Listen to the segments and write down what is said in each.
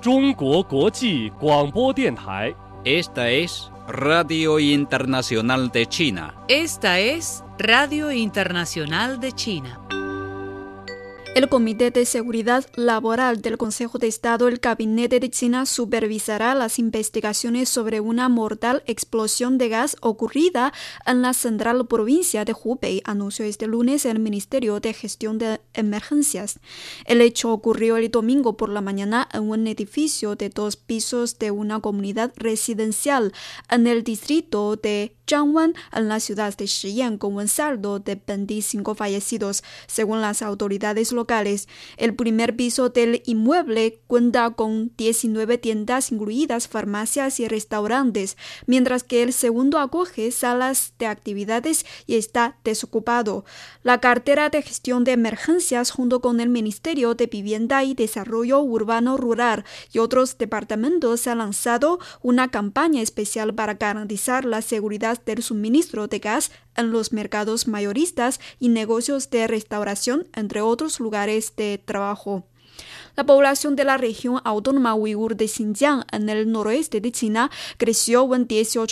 中国国际广播电台。 Esta es Radio Internacional de China. Esta es Radio Internacional de China. El Comité de Seguridad Laboral del Consejo de Estado, el Gabinete de China, supervisará las investigaciones sobre una mortal explosión de gas ocurrida en la central provincia de Hubei, anunció este lunes el Ministerio de Gestión de Emergencias. El hecho ocurrió el domingo por la mañana en un edificio de 2 pisos de una comunidad residencial en el distrito de Zhangwan, en la ciudad de Shiyan, con un saldo de 25 fallecidos, según las autoridades locales. El primer piso del inmueble cuenta con 19 tiendas, incluidas farmacias y restaurantes, mientras que el segundo acoge salas de actividades y está desocupado. La cartera de gestión de emergencias, junto con el Ministerio de Vivienda y Desarrollo Urbano Rural y otros departamentos, ha lanzado una campaña especial para garantizar la seguridad del suministro de gas en los mercados mayoristas y negocios de restauración, entre otros lugares de trabajo. La población de la región autónoma uigur de Xinjiang, en el noroeste de China, creció un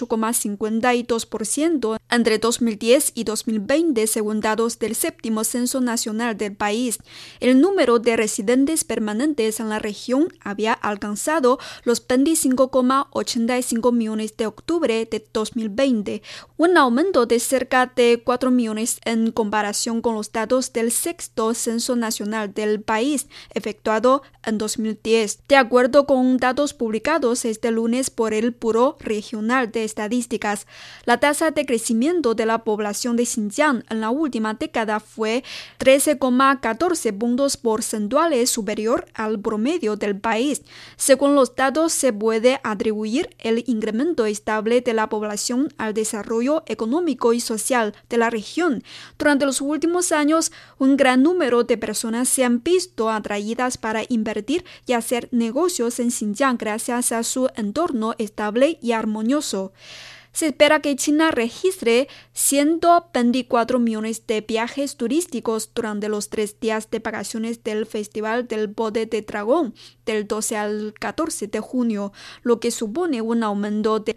18,52% entre 2010 y 2020, según datos del séptimo censo nacional del país. El número de residentes permanentes en la región había alcanzado los 25,85 millones de octubre de 2020, un aumento de cerca de 4 millones en comparación con los datos del sexto censo nacional del país, efectuado en 2010. De acuerdo con datos publicados este lunes por el Buró Regional de Estadísticas, la tasa de crecimiento de la población de Xinjiang en la última década fue 13,14 puntos porcentuales superior al promedio del país. Según los datos, se puede atribuir el incremento estable de la población al desarrollo económico y social de la región. Durante los últimos años, un gran número de personas se han visto atraídas para invertir y hacer negocios en Xinjiang gracias a su entorno estable y armonioso. Se espera que China registre 124 millones de viajes turísticos durante los 3 días de vacaciones del Festival del Bote de Dragón, del 12 al 14 de junio, lo que supone un aumento del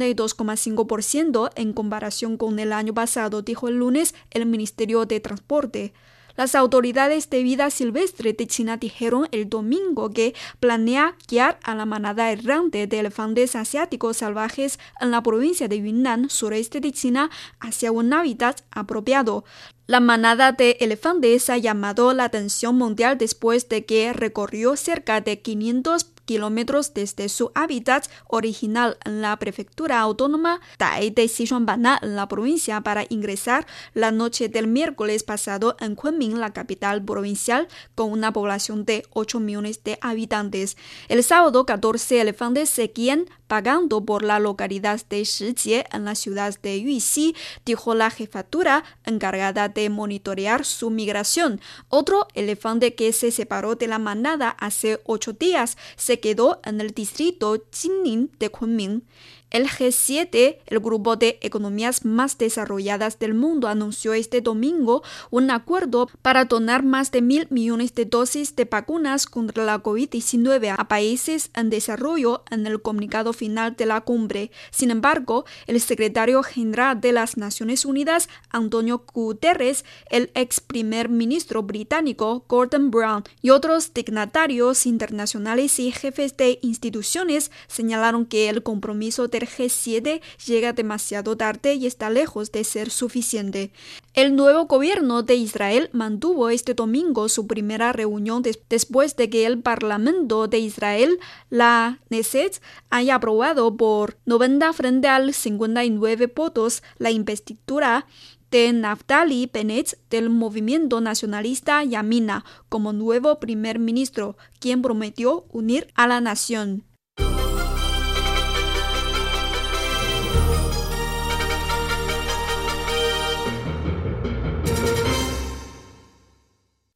52,5% en comparación con el año pasado, dijo el lunes el Ministerio de Transporte. Las autoridades de vida silvestre de China dijeron el domingo que planea guiar a la manada errante de elefantes asiáticos salvajes en la provincia de Yunnan, sureste de China, hacia un hábitat apropiado. La manada de elefantes ha llamado la atención mundial después de que recorrió cerca de 500 kilómetros desde su hábitat original en la prefectura autónoma de Sichuan-Bana, en la provincia, para ingresar la noche del miércoles pasado en Kunming, la capital provincial, con una población de 8 millones de habitantes. El sábado, 14 elefantes seguían vagando por la localidad de Shijie, en la ciudad de Yuxi, dijo la jefatura encargada de monitorear su migración. Otro elefante que se separó de la manada hace 8 días se quedó en el distrito Jinling de Kunming. El G7, el grupo de economías más desarrolladas del mundo, anunció este domingo un acuerdo para donar más de 1.000 millones de dosis de vacunas contra la COVID-19 a países en desarrollo en el comunicado final de la cumbre. Sin embargo, el secretario general de las Naciones Unidas, Antonio Guterres, el ex primer ministro británico Gordon Brown y otros dignatarios internacionales y jefes de instituciones señalaron que el compromiso del G7 llega demasiado tarde y está lejos de ser suficiente. El nuevo gobierno de Israel mantuvo este domingo su primera reunión después de que el Parlamento de Israel, la Knesset, haya aprobado por 90 frente al 59 votos la investidura de Naftali Bennett del movimiento nacionalista Yamina como nuevo primer ministro, quien prometió unir a la nación.